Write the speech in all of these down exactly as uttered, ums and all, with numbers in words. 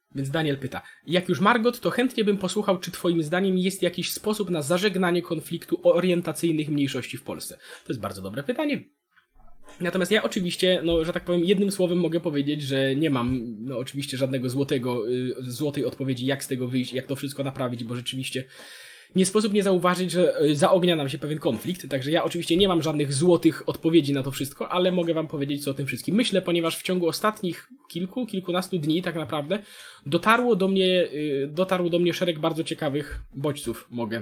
Więc Daniel pyta, jak już Margot, to chętnie bym posłuchał, czy twoim zdaniem jest jakiś sposób na zażegnanie konfliktu orientacyjnych mniejszości w Polsce? To jest bardzo dobre pytanie. Natomiast ja oczywiście, no, że tak powiem, jednym słowem mogę powiedzieć, że nie mam, no, oczywiście żadnego złotego, y, złotej odpowiedzi, jak z tego wyjść, jak to wszystko naprawić, bo rzeczywiście nie sposób nie zauważyć, że y, zaognia nam się pewien konflikt, także ja oczywiście nie mam żadnych złotych odpowiedzi na to wszystko, ale mogę wam powiedzieć, co o tym wszystkim myślę, ponieważ w ciągu ostatnich kilku, kilkunastu dni tak naprawdę dotarło do mnie, y, dotarł do mnie szereg bardzo ciekawych bodźców, mogę,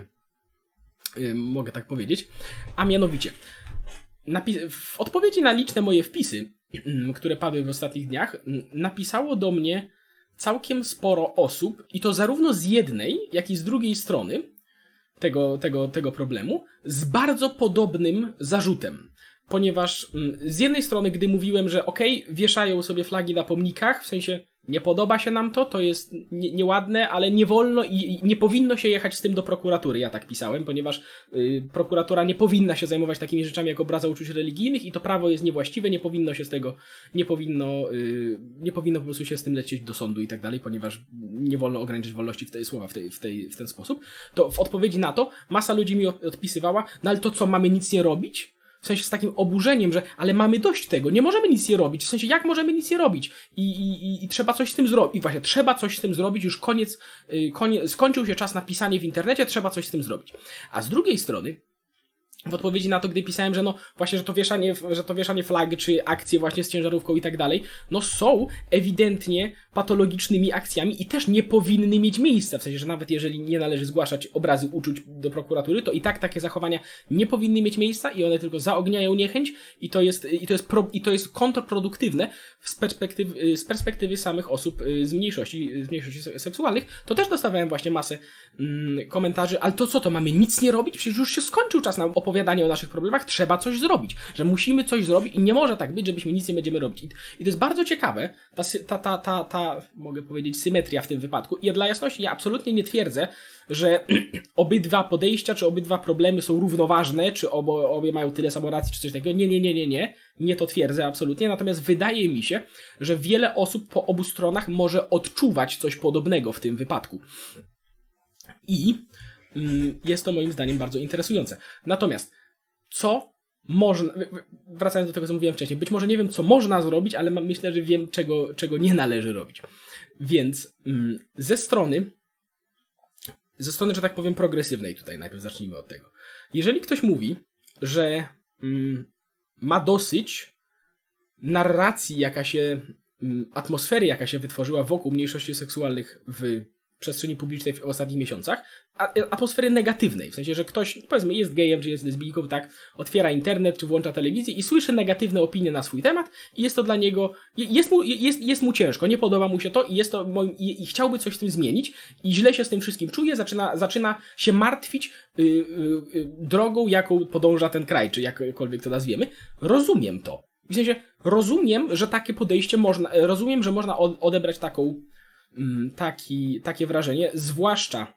y, mogę tak powiedzieć, a mianowicie Napis- w odpowiedzi na liczne moje wpisy, które padły w ostatnich dniach, napisało do mnie całkiem sporo osób, i to zarówno z jednej, jak i z drugiej strony tego, tego, tego problemu, z bardzo podobnym zarzutem. Ponieważ z jednej strony, gdy mówiłem, że okej, okay, wieszają sobie flagi na pomnikach, w sensie nie podoba się nam to, to jest nie, nieładne, ale nie wolno i, i nie powinno się jechać z tym do prokuratury. Ja tak pisałem, ponieważ y, prokuratura nie powinna się zajmować takimi rzeczami jak obraza uczuć religijnych i to prawo jest niewłaściwe, nie powinno się z tego, nie powinno, y, nie powinno po prostu się z tym lecieć do sądu i tak dalej, ponieważ nie wolno ograniczyć wolności w tej słowa w, tej, w, tej, w ten sposób. To w odpowiedzi na to masa ludzi mi odpisywała, no ale to co, mamy nic nie robić? W sensie z takim oburzeniem, że ale mamy dość tego, nie możemy nic nie robić. W sensie jak możemy nic nie robić? I, i, i trzeba coś z tym zrobić. I właśnie trzeba coś z tym zrobić, już koniec, koniec, skończył się czas na pisanie w internecie, trzeba coś z tym zrobić. A z drugiej strony, w odpowiedzi na to, gdy pisałem, że no właśnie, że to wieszanie, że to wieszanie flag, czy akcje właśnie z ciężarówką i tak dalej, no są ewidentnie patologicznymi akcjami i też nie powinny mieć miejsca. W sensie, że nawet jeżeli nie należy zgłaszać obrazy uczuć do prokuratury, to i tak takie zachowania nie powinny mieć miejsca i one tylko zaogniają niechęć i to jest, i to jest, pro, i to jest kontrproduktywne z perspektywy, z perspektywy samych osób z mniejszości, z mniejszości seksualnych. To też dostawałem właśnie masę mm, komentarzy, ale to co, to mamy nic nie robić? Przecież już się skończył czas na opowiadanie o naszych problemach, trzeba coś zrobić, że musimy coś zrobić i nie może tak być, żebyśmy nic nie będziemy robić. I, i to jest bardzo ciekawe, ta, ta, ta, ta, ta, mogę powiedzieć, symetria w tym wypadku. I dla jasności, ja absolutnie nie twierdzę, że obydwa podejścia, czy obydwa problemy są równoważne, czy obo, obie mają tyle samo racji, czy coś takiego. Nie, nie, nie, nie, nie. Nie to twierdzę absolutnie. Natomiast wydaje mi się, że wiele osób po obu stronach może odczuwać coś podobnego w tym wypadku. I jest to moim zdaniem bardzo interesujące. Natomiast co można, wracając do tego, co mówiłem wcześniej, być może nie wiem, co można zrobić, ale myślę, że wiem, czego, czego nie należy robić. Więc ze strony, ze strony, że tak powiem, progresywnej, tutaj najpierw zacznijmy od tego. Jeżeli ktoś mówi, że ma dosyć narracji, jaka się, atmosfery, jaka się wytworzyła wokół mniejszości seksualnych w przestrzeni publicznej w ostatnich miesiącach, atmosfery negatywnej, w sensie, że ktoś, powiedzmy, jest gejem, czy jest lesbijką, tak, otwiera internet, czy włącza telewizję i słyszy negatywne opinie na swój temat i jest to dla niego, jest mu, jest, jest mu ciężko, nie podoba mu się to i jest to, i, i chciałby coś z tym zmienić i źle się z tym wszystkim czuje, zaczyna, zaczyna się martwić yy, yy, drogą, jaką podąża ten kraj, czy jakkolwiek to nazwiemy. Rozumiem to. W sensie, rozumiem, że takie podejście można, rozumiem, że można odebrać taką Taki, takie wrażenie, zwłaszcza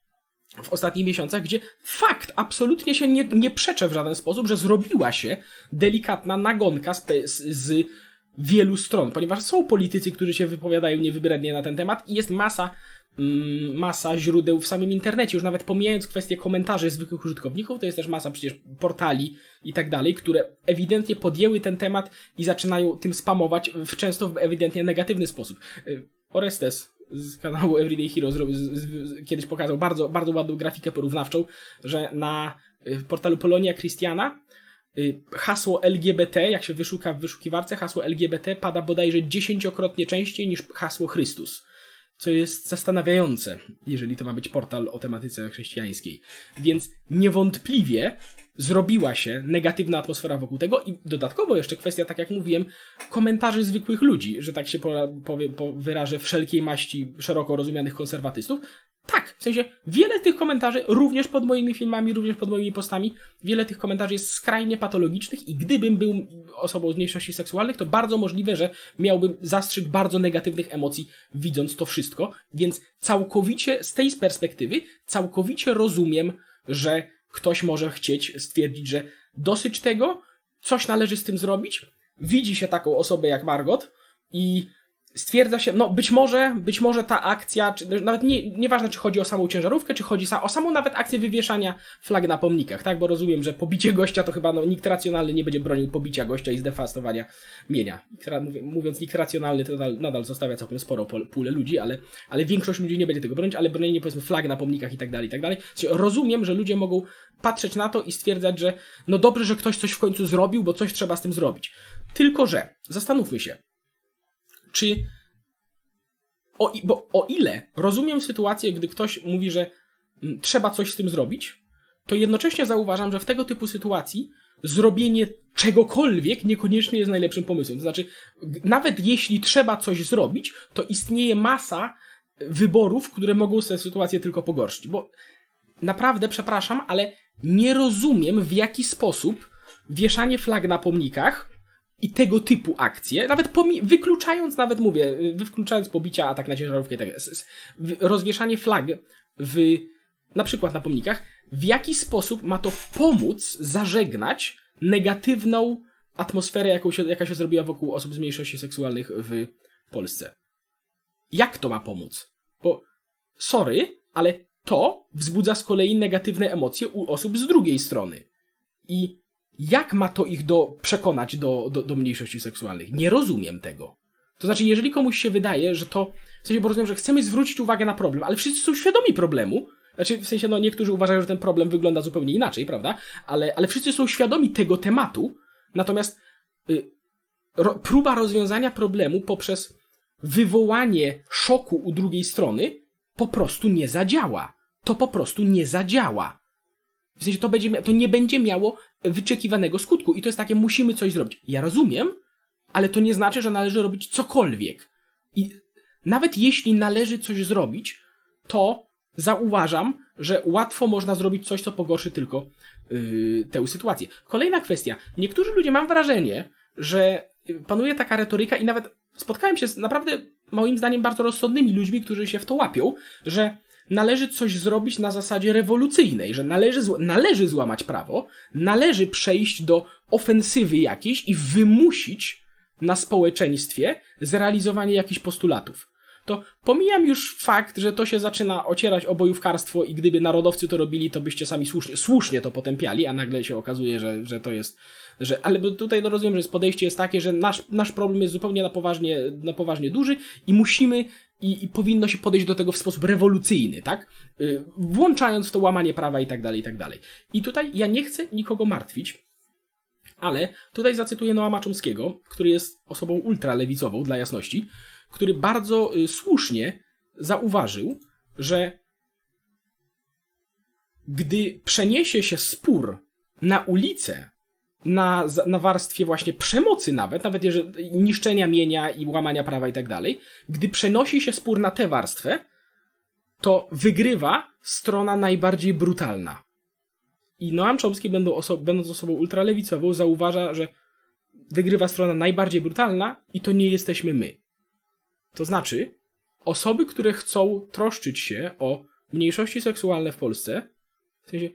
w ostatnich miesiącach, gdzie fakt absolutnie się nie, nie przecze w żaden sposób, że zrobiła się delikatna nagonka z, z wielu stron, ponieważ są politycy, którzy się wypowiadają niewybrednie na ten temat i jest masa, mm, masa źródeł w samym internecie, już nawet pomijając kwestię komentarzy zwykłych użytkowników, to jest też masa przecież portali i tak dalej, które ewidentnie podjęły ten temat i zaczynają tym spamować w często w ewidentnie negatywny sposób. Orestes z kanału Everyday Hero z, z, z, kiedyś pokazał bardzo, bardzo ładną grafikę porównawczą, że na y, portalu Polonia Christiana y, hasło L G B T, jak się wyszuka w wyszukiwarce, hasło L G B T pada bodajże dziesięciokrotnie częściej niż hasło Chrystus. Co jest zastanawiające, jeżeli to ma być portal o tematyce chrześcijańskiej. Więc niewątpliwie zrobiła się negatywna atmosfera wokół tego i dodatkowo jeszcze kwestia, tak jak mówiłem, komentarzy zwykłych ludzi, że tak się powie, po, wyrażę, wszelkiej maści szeroko rozumianych konserwatystów. Tak, w sensie wiele tych komentarzy, również pod moimi filmami, również pod moimi postami, wiele tych komentarzy jest skrajnie patologicznych i gdybym był osobą z mniejszości seksualnych, to bardzo możliwe, że miałbym zastrzyk bardzo negatywnych emocji, widząc to wszystko, więc całkowicie z tej perspektywy, całkowicie rozumiem, że ktoś może chcieć stwierdzić, że dosyć tego, coś należy z tym zrobić, widzi się taką osobę jak Margot i stwierdza się, no być może, być może ta akcja, czy nawet nie, nieważne, czy chodzi o samą ciężarówkę, czy chodzi o samą nawet akcję wywieszania flag na pomnikach, tak? Bo rozumiem, że pobicie gościa to chyba no, nikt racjonalny nie będzie bronił pobicia gościa i zdefastowania mienia. Mówiąc nikt racjonalny, to nadal, nadal zostawia całkiem sporo pulę ludzi, ale, ale większość ludzi nie będzie tego bronić, ale bronienie powiedzmy flag na pomnikach i tak dalej, i tak dalej. Rozumiem, że ludzie mogą patrzeć na to i stwierdzać, że no dobrze, że ktoś coś w końcu zrobił, bo coś trzeba z tym zrobić. Tylko że, zastanówmy się, czy o, bo o ile rozumiem sytuację, gdy ktoś mówi, że m, trzeba coś z tym zrobić, to jednocześnie zauważam, że w tego typu sytuacji zrobienie czegokolwiek niekoniecznie jest najlepszym pomysłem. To znaczy, g- nawet jeśli trzeba coś zrobić, to istnieje masa wyborów, które mogą tę sytuację tylko pogorszyć. Bo naprawdę, przepraszam, ale nie rozumiem, w jaki sposób wieszanie flag na pomnikach i tego typu akcje, nawet pomi- wykluczając, nawet mówię, wykluczając pobicia, atak na ciężarówkę, tak, rozwieszanie flag w, na przykład na pomnikach, w jaki sposób ma to pomóc zażegnać negatywną atmosferę, jaką się, jaka się zrobiła wokół osób z mniejszości seksualnych w Polsce. Jak to ma pomóc? Bo, sorry, ale to wzbudza z kolei negatywne emocje u osób z drugiej strony. I jak ma to ich do, przekonać do, do, do mniejszości seksualnych? Nie rozumiem tego. To znaczy, jeżeli komuś się wydaje, że to, w sensie, bo rozumiem, że chcemy zwrócić uwagę na problem, ale wszyscy są świadomi problemu, znaczy, w sensie, no niektórzy uważają, że ten problem wygląda zupełnie inaczej, prawda? Ale, ale wszyscy są świadomi tego tematu, natomiast y, ro, próba rozwiązania problemu poprzez wywołanie szoku u drugiej strony po prostu nie zadziała. To po prostu nie zadziała. W sensie to, będzie, to nie będzie miało wyczekiwanego skutku. I to jest takie, musimy coś zrobić. Ja rozumiem, ale to nie znaczy, że należy robić cokolwiek. I nawet jeśli należy coś zrobić, to zauważam, że łatwo można zrobić coś, co pogorszy tylko yy, tę sytuację. Kolejna kwestia. Niektórzy ludzie, mam wrażenie, że panuje taka retoryka i nawet spotkałem się z naprawdę, moim zdaniem, bardzo rozsądnymi ludźmi, którzy się w to łapią, że należy coś zrobić na zasadzie rewolucyjnej, że należy, zł- należy złamać prawo, należy przejść do ofensywy jakiejś i wymusić na społeczeństwie zrealizowanie jakichś postulatów. To pomijam już fakt, że to się zaczyna ocierać o bojówkarstwo i gdyby narodowcy to robili, to byście sami słusznie, słusznie to potępiali, a nagle się okazuje, że, że to jest... Że, ale tutaj no rozumiem, że podejście jest takie, że nasz, nasz problem jest zupełnie na poważnie, na poważnie duży i musimy i, i powinno się podejść do tego w sposób rewolucyjny, tak? Yy, włączając w to łamanie prawa i tak dalej, i tak dalej. I tutaj ja nie chcę nikogo martwić, ale tutaj zacytuję Noama Chomskiego, który jest osobą ultralewicową, dla jasności, który bardzo y, słusznie zauważył, że gdy przeniesie się spór na ulicę, na, na warstwie właśnie przemocy nawet, nawet jeżeli niszczenia mienia i łamania prawa i tak dalej, gdy przenosi się spór na tę warstwę, to wygrywa strona najbardziej brutalna. I Noam Chomsky, będąc osobą ultralewicową, zauważa, że wygrywa strona najbardziej brutalna i to nie jesteśmy my. To znaczy, osoby, które chcą troszczyć się o mniejszości seksualne w Polsce, w sensie,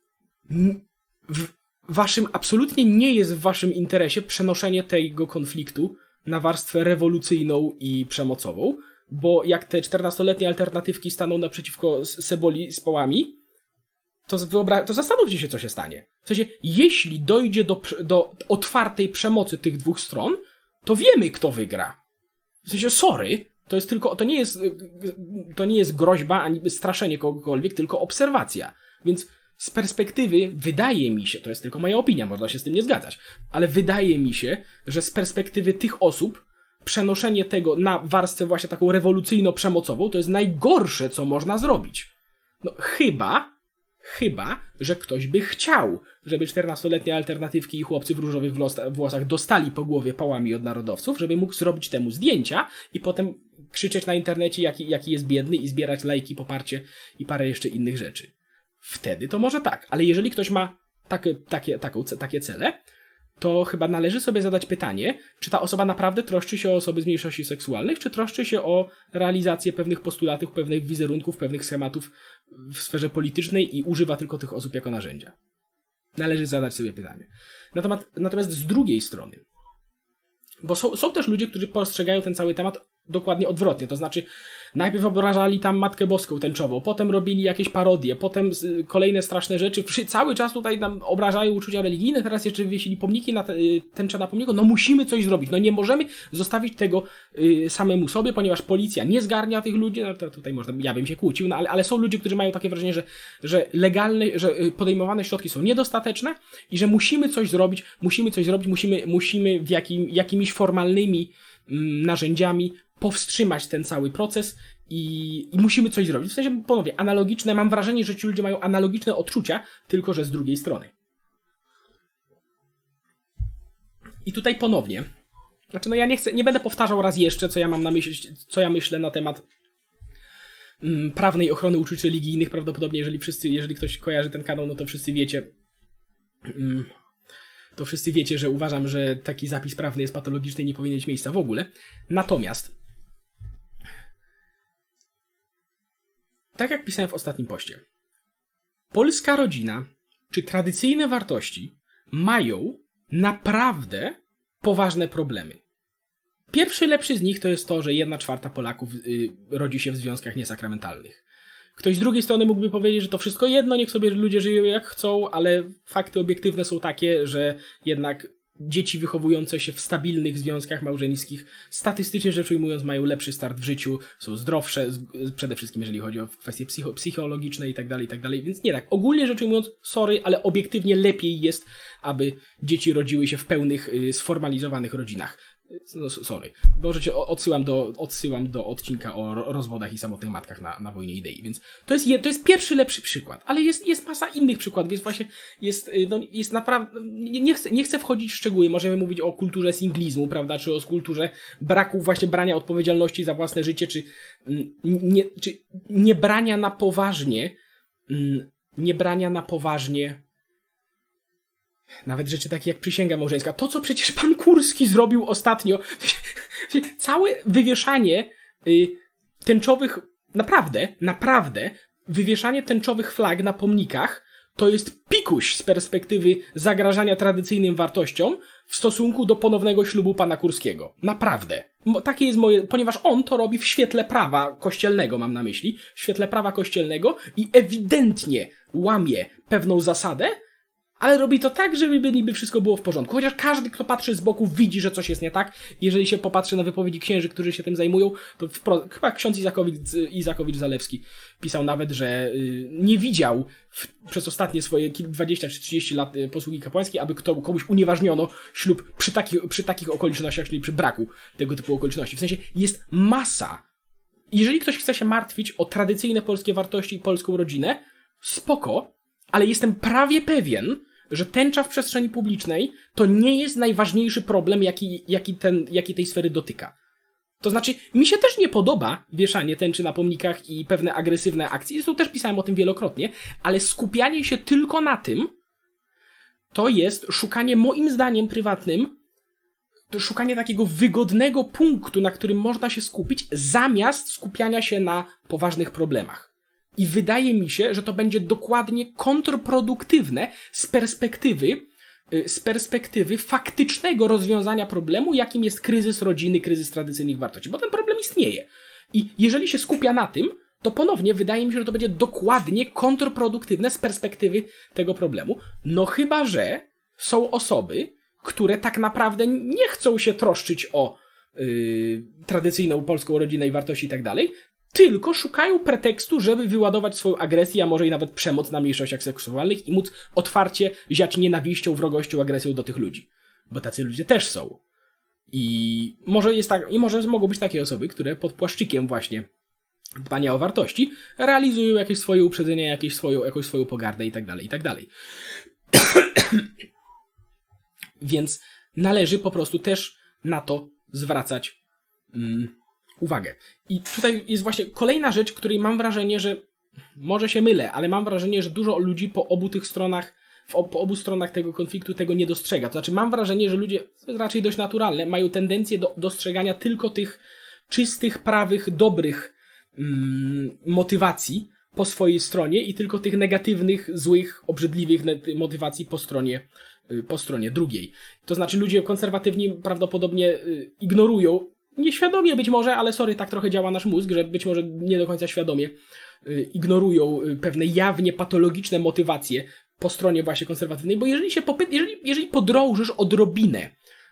w waszym, absolutnie nie jest w waszym interesie przenoszenie tego konfliktu na warstwę rewolucyjną i przemocową, bo jak te czternastoletnie alternatywki staną naprzeciwko Seboli z pałami, to, wyobra- to zastanówcie się, co się stanie. W sensie, jeśli dojdzie do, do otwartej przemocy tych dwóch stron, to wiemy, kto wygra. W sensie, sorry, to jest tylko, to nie jest, to nie jest groźba ani straszenie kogokolwiek, tylko obserwacja. Więc z perspektywy, wydaje mi się, to jest tylko moja opinia, można się z tym nie zgadzać, ale wydaje mi się, że z perspektywy tych osób przenoszenie tego na warstwę właśnie taką rewolucyjno-przemocową to jest najgorsze, co można zrobić. No chyba, chyba, że ktoś by chciał, żeby czternastoletnie alternatywki i chłopcy w różowych włosach dostali po głowie pałami od narodowców, żeby mógł zrobić temu zdjęcia i potem krzyczeć na internecie, jaki, jaki jest biedny i zbierać lajki, poparcie i parę jeszcze innych rzeczy. Wtedy to może tak, ale jeżeli ktoś ma takie, takie, taką, takie cele, to chyba należy sobie zadać pytanie, czy ta osoba naprawdę troszczy się o osoby z mniejszości seksualnych, czy troszczy się o realizację pewnych postulatów, pewnych wizerunków, pewnych schematów w sferze politycznej i używa tylko tych osób jako narzędzia. Należy zadać sobie pytanie. Natomiast, natomiast z drugiej strony, bo są, są też ludzie, którzy postrzegają ten cały temat dokładnie odwrotnie. To znaczy, najpierw obrażali tam Matkę Boską tęczową, potem robili jakieś parodie, potem kolejne straszne rzeczy. Cały czas tutaj nam obrażają uczucia religijne, teraz jeszcze wywiesili pomniki na te, tęcza na pomniku. No musimy coś zrobić. No nie możemy zostawić tego y, samemu sobie, ponieważ policja nie zgarnia tych ludzi. No to tutaj można, ja bym się kłócił, no ale, ale są ludzie, którzy mają takie wrażenie, że, że legalne, że podejmowane środki są niedostateczne i że musimy coś zrobić, musimy coś zrobić, musimy, musimy w jakim, jakimiś formalnymi mm, narzędziami powstrzymać ten cały proces i, i musimy coś zrobić. W sensie, ponownie, analogiczne, mam wrażenie, że ci ludzie mają analogiczne odczucia, tylko że z drugiej strony. I tutaj ponownie, znaczy no ja nie chcę, nie będę powtarzał raz jeszcze, co ja mam na myśli, co ja myślę na temat mm, prawnej ochrony uczuć religijnych. Prawdopodobnie, jeżeli wszyscy, jeżeli ktoś kojarzy ten kanał, no to wszyscy wiecie, mm, to wszyscy wiecie, że uważam, że taki zapis prawny jest patologiczny i nie powinien mieć miejsca w ogóle. Natomiast tak jak pisałem w ostatnim poście, polska rodzina czy tradycyjne wartości mają naprawdę poważne problemy. Pierwszy lepszy z nich to jest to, że jedna czwarta Polaków yy, rodzi się w związkach niesakramentalnych. Ktoś z drugiej strony mógłby powiedzieć, że to wszystko jedno, niech sobie ludzie żyją jak chcą, ale fakty obiektywne są takie, że jednak dzieci wychowujące się w stabilnych związkach małżeńskich, statystycznie rzecz ujmując, mają lepszy start w życiu, są zdrowsze, przede wszystkim jeżeli chodzi o kwestie psycho- psychologiczne i tak dalej, i tak dalej. Więc nie tak. Ogólnie rzecz ujmując, sorry, ale obiektywnie lepiej jest, aby dzieci rodziły się w pełnych, sformalizowanych rodzinach. No, sorry. Możecie, odsyłam do, odsyłam do odcinka o rozwodach i samotnych matkach na, na wojnie idei, więc to jest, to jest pierwszy lepszy przykład, ale jest, jest masa innych przykładów, więc właśnie jest, no, jest naprawdę, nie, nie, chcę, nie chcę wchodzić w szczegóły, możemy mówić o kulturze singlizmu, prawda, czy o kulturze braku właśnie brania odpowiedzialności za własne życie, czy nie, czy nie brania na poważnie, nie brania na poważnie nawet rzeczy takie jak przysięga małżeńska. To, co przecież pan Kurski zrobił ostatnio. Całe wywieszanie y, tęczowych, naprawdę, naprawdę, wywieszanie tęczowych flag na pomnikach to jest pikuś z perspektywy zagrażania tradycyjnym wartościom w stosunku do ponownego ślubu pana Kurskiego. Naprawdę. Takie jest moje, ponieważ on to robi w świetle prawa kościelnego, mam na myśli, w świetle prawa kościelnego i ewidentnie łamie pewną zasadę, ale robi to tak, żeby niby wszystko było w porządku. Chociaż każdy, kto patrzy z boku, widzi, że coś jest nie tak. Jeżeli się popatrzy na wypowiedzi księży, którzy się tym zajmują, to wpro... chyba ksiądz Izakowicz, Izakowicz-Zalewski pisał nawet, że yy, nie widział w, przez ostatnie swoje dwadzieścia czy trzydzieści lat yy, posługi kapłańskiej, aby kto, komuś unieważniono ślub przy, taki, przy takich okolicznościach, czyli przy braku tego typu okoliczności. W sensie jest masa. Jeżeli ktoś chce się martwić o tradycyjne polskie wartości i polską rodzinę, spoko, ale jestem prawie pewien, że tęcza w przestrzeni publicznej to nie jest najważniejszy problem, jaki, jaki, ten, jaki tej sfery dotyka. To znaczy, mi się też nie podoba wieszanie tęczy na pomnikach i pewne agresywne akcje, zresztą też pisałem o tym wielokrotnie, ale skupianie się tylko na tym, to jest szukanie, moim zdaniem prywatnym, to szukanie takiego wygodnego punktu, na którym można się skupić, zamiast skupiania się na poważnych problemach. I wydaje mi się, że to będzie dokładnie kontrproduktywne z perspektywy, z perspektywy faktycznego rozwiązania problemu, jakim jest kryzys rodziny, kryzys tradycyjnych wartości. Bo ten problem istnieje. I jeżeli się skupia na tym, to ponownie wydaje mi się, że to będzie dokładnie kontrproduktywne z perspektywy tego problemu. No chyba, że są osoby, które tak naprawdę nie chcą się troszczyć o yy, tradycyjną polską rodzinę i wartości i tak dalej, tylko szukają pretekstu, żeby wyładować swoją agresję, a może i nawet przemoc na mniejszościach seksualnych i móc otwarcie ziać nienawiścią, wrogością, agresją do tych ludzi. Bo tacy ludzie też są. I może jest tak, i może mogą być takie osoby, które pod płaszczykiem właśnie dbania o wartości realizują jakieś swoje uprzedzenia, jakieś swoją, jakąś swoją pogardę i tak dalej, i tak dalej. Więc należy po prostu też na to zwracać mm, uwagę. I tutaj jest właśnie kolejna rzecz, której mam wrażenie, że może się mylę, ale mam wrażenie, że dużo ludzi po obu tych stronach, w, po obu stronach tego konfliktu tego nie dostrzega. To znaczy mam wrażenie, że ludzie, to jest raczej dość naturalne, mają tendencję do dostrzegania tylko tych czystych, prawych, dobrych mm, motywacji po swojej stronie i tylko tych negatywnych, złych, obrzydliwych motywacji po stronie po stronie drugiej. To znaczy ludzie konserwatywni prawdopodobnie ignorują nieświadomie być może, ale sorry, tak trochę działa nasz mózg, że być może nie do końca świadomie ignorują pewne jawnie patologiczne motywacje po stronie właśnie konserwatywnej, bo jeżeli się popy- jeżeli, jeżeli podrążysz odrobinę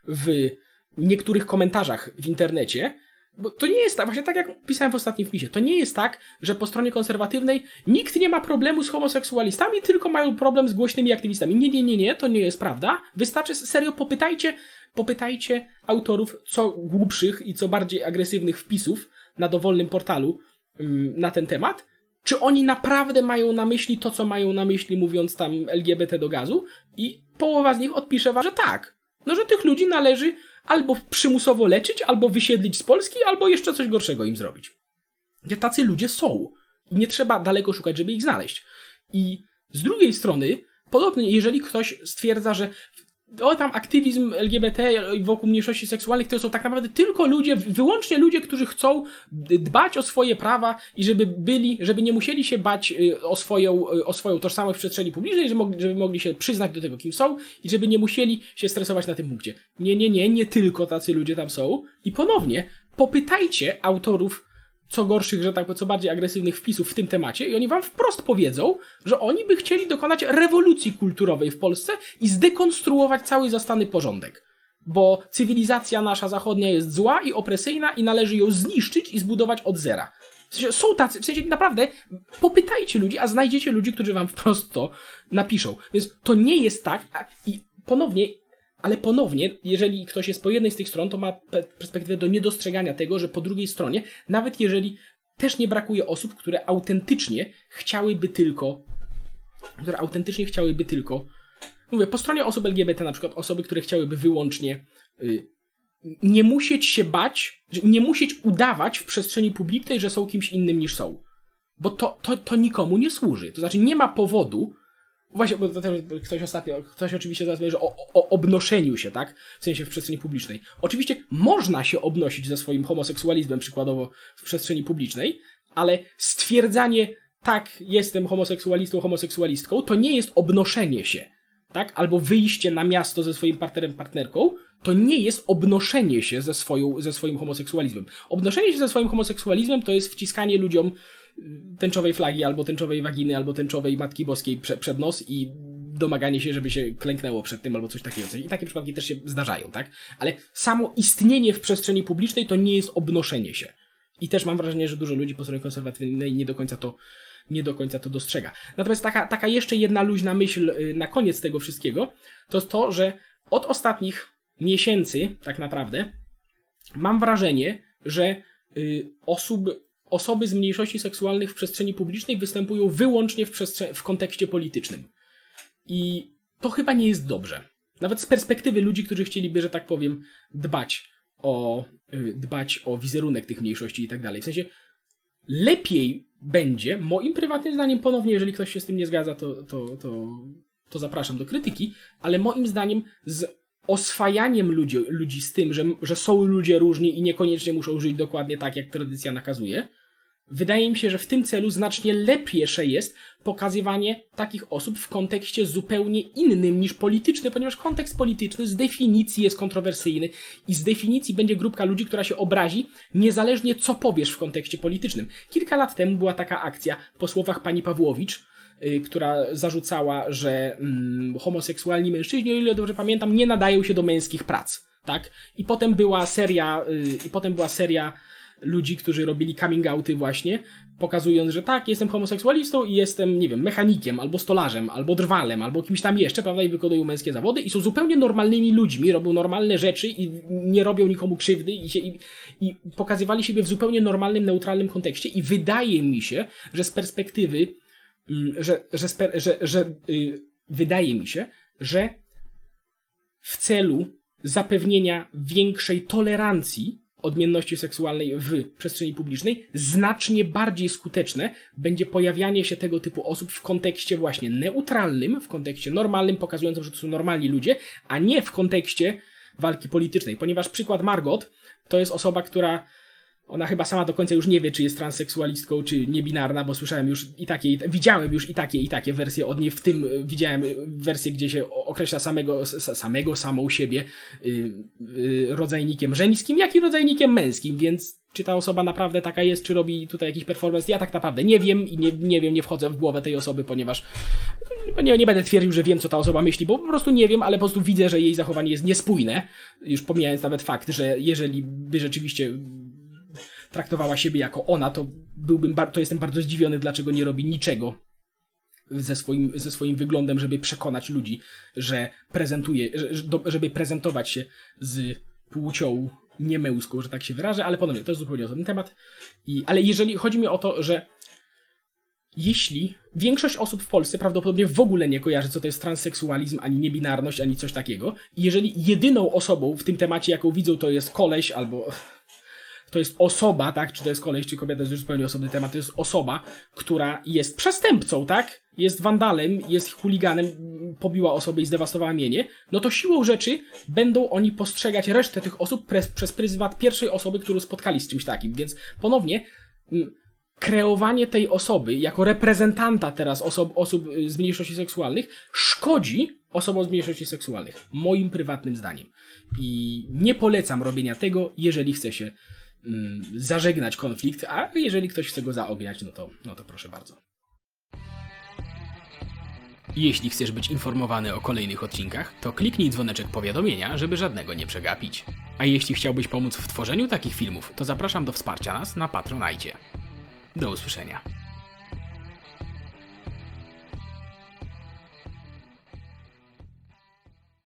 w niektórych komentarzach w internecie, bo to nie jest tak, właśnie tak jak pisałem w ostatnim wpisie, to nie jest tak, że po stronie konserwatywnej nikt nie ma problemu z homoseksualistami, tylko mają problem z głośnymi aktywistami. Nie, nie, nie, nie, to nie jest prawda. Wystarczy, serio, popytajcie, popytajcie autorów co głupszych i co bardziej agresywnych wpisów na dowolnym portalu ym, na ten temat, czy oni naprawdę mają na myśli to, co mają na myśli, mówiąc tam L G B T do gazu, i połowa z nich odpisze wam, że tak. No, że tych ludzi należy albo przymusowo leczyć, albo wysiedlić z Polski, albo jeszcze coś gorszego im zrobić. Gdzie tacy ludzie są. I nie trzeba daleko szukać, żeby ich znaleźć. I z drugiej strony, podobnie, jeżeli ktoś stwierdza, że o, tam aktywizm L G B T wokół mniejszości seksualnych to są tak naprawdę tylko ludzie, wyłącznie ludzie, którzy chcą dbać o swoje prawa i żeby byli, żeby nie musieli się bać o swoją, o swoją tożsamość w przestrzeni publicznej, żeby mogli, żeby mogli się przyznać do tego, kim są i żeby nie musieli się stresować na tym punkcie. Nie, nie, nie, nie tylko tacy ludzie tam są. I ponownie, popytajcie autorów co gorszych, że tak powiem, co bardziej agresywnych wpisów w tym temacie i oni wam wprost powiedzą, że oni by chcieli dokonać rewolucji kulturowej w Polsce i zdekonstruować cały zastany porządek. Bo cywilizacja nasza zachodnia jest zła i opresyjna i należy ją zniszczyć i zbudować od zera. W sensie są tacy, w sensie naprawdę popytajcie ludzi, a znajdziecie ludzi, którzy wam wprost to napiszą. Więc to nie jest tak, a, i ponownie Ale ponownie, jeżeli ktoś jest po jednej z tych stron, to ma perspektywę do niedostrzegania tego, że po drugiej stronie, nawet jeżeli też nie brakuje osób, które autentycznie chciałyby tylko, które autentycznie chciałyby tylko, mówię, po stronie osób L G B T na przykład, osoby, które chciałyby wyłącznie y, nie musieć się bać, nie musieć udawać w przestrzeni publicznej, że są kimś innym niż są. Bo to, to, to nikomu nie służy. To znaczy nie ma powodu. Właśnie, bo to też ktoś ostatnio, ktoś oczywiście zaraz mówi, że o, o obnoszeniu się, tak? W sensie w przestrzeni publicznej. Oczywiście można się obnosić ze swoim homoseksualizmem, przykładowo w przestrzeni publicznej, ale stwierdzanie, tak, jestem homoseksualistą, homoseksualistką, to nie jest obnoszenie się, tak? Albo wyjście na miasto ze swoim partnerem, partnerką, to nie jest obnoszenie się ze, swoją, ze swoim homoseksualizmem. Obnoszenie się ze swoim homoseksualizmem to jest wciskanie ludziom tęczowej flagi, albo tęczowej waginy, albo tęczowej Matki Boskiej prze, przed nos i domaganie się, żeby się klęknęło przed tym, albo coś takiego. I takie przypadki też się zdarzają, tak? Ale samo istnienie w przestrzeni publicznej to nie jest obnoszenie się. I też mam wrażenie, że dużo ludzi po stronie konserwatywnej nie do końca to, nie do końca to dostrzega. Natomiast taka, taka jeszcze jedna luźna myśl na koniec tego wszystkiego, to jest to, że od ostatnich miesięcy, tak naprawdę, mam wrażenie, że y, osób Osoby z mniejszości seksualnych w przestrzeni publicznej występują wyłącznie w, przestrze- w kontekście politycznym. I to chyba nie jest dobrze. Nawet z perspektywy ludzi, którzy chcieliby, że tak powiem, dbać o, dbać o wizerunek tych mniejszości i tak dalej. W sensie lepiej będzie, moim prywatnym zdaniem, ponownie, jeżeli ktoś się z tym nie zgadza, to, to, to, to zapraszam do krytyki, ale moim zdaniem z oswajaniem ludzi, ludzi z tym, że, że są ludzie różni i niekoniecznie muszą żyć dokładnie tak, jak tradycja nakazuje, wydaje mi się, że w tym celu znacznie lepsze jest pokazywanie takich osób w kontekście zupełnie innym niż polityczny, ponieważ kontekst polityczny z definicji jest kontrowersyjny i z definicji będzie grupka ludzi, która się obrazi, niezależnie co powiesz w kontekście politycznym. Kilka lat temu była taka akcja po słowach pani Pawłowicz, yy, która zarzucała, że yy, homoseksualni mężczyźni, o ile dobrze pamiętam, nie nadają się do męskich prac. Tak? I potem była seria, yy, i potem była seria ludzi, którzy robili coming outy właśnie, pokazując, że tak, jestem homoseksualistą i jestem, nie wiem, mechanikiem, albo stolarzem, albo drwalem, albo kimś tam jeszcze, prawda, i wykonują męskie zawody i są zupełnie normalnymi ludźmi, robią normalne rzeczy i nie robią nikomu krzywdy i, się, i, i pokazywali siebie w zupełnie normalnym, neutralnym kontekście i wydaje mi się, że z perspektywy, że, że, że, że, że yy, wydaje mi się, że w celu zapewnienia większej tolerancji odmienności seksualnej w przestrzeni publicznej, znacznie bardziej skuteczne będzie pojawianie się tego typu osób w kontekście właśnie neutralnym, w kontekście normalnym, pokazującym, że to są normalni ludzie, a nie w kontekście walki politycznej. Ponieważ przykład Margot to jest osoba, która Ona chyba sama do końca już nie wie, czy jest transseksualistką, czy niebinarna, bo słyszałem już i takie, i widziałem już i takie, i takie wersje od niej, w tym widziałem wersję, gdzie się określa samego, samego samą siebie yy, yy, rodzajnikiem żeńskim, jak i rodzajnikiem męskim, więc czy ta osoba naprawdę taka jest, czy robi tutaj jakiś performance, ja tak naprawdę nie wiem i nie, nie wiem, nie wchodzę w głowę tej osoby, ponieważ nie, nie będę twierdził, że wiem, co ta osoba myśli, bo po prostu nie wiem, ale po prostu widzę, że jej zachowanie jest niespójne, już pomijając nawet fakt, że jeżeli by rzeczywiście traktowała siebie jako ona, to byłbym, to jestem bardzo zdziwiony, dlaczego nie robi niczego ze swoim, ze swoim wyglądem, żeby przekonać ludzi, że prezentuje, żeby prezentować się z płcią niemęską, że tak się wyrażę, ale ponownie, to jest zupełnie osobny temat. I, ale jeżeli chodzi mi o to, że jeśli większość osób w Polsce prawdopodobnie w ogóle nie kojarzy, co to jest transseksualizm, ani niebinarność, ani coś takiego, i jeżeli jedyną osobą w tym temacie, jaką widzą, to jest koleś albo to jest osoba, tak, czy to jest koleś, czy kobieta, to jest już zupełnie osobny temat, to jest osoba, która jest przestępcą, tak, jest wandalem, jest chuliganem, pobiła osobę i zdewastowała mienie, no to siłą rzeczy będą oni postrzegać resztę tych osób przez, przez pryzmat pierwszej osoby, którą spotkali z czymś takim, więc ponownie m, kreowanie tej osoby jako reprezentanta teraz osob, osób z mniejszości seksualnych szkodzi osobom z mniejszości seksualnych, moim prywatnym zdaniem. I nie polecam robienia tego, jeżeli chce się mm, zażegnać konflikt, a jeżeli ktoś chce go zaogniać, no to, no to proszę bardzo. Jeśli chcesz być informowany o kolejnych odcinkach, to kliknij dzwoneczek powiadomienia, żeby żadnego nie przegapić. A jeśli chciałbyś pomóc w tworzeniu takich filmów, to zapraszam do wsparcia nas na Patronite. Do usłyszenia.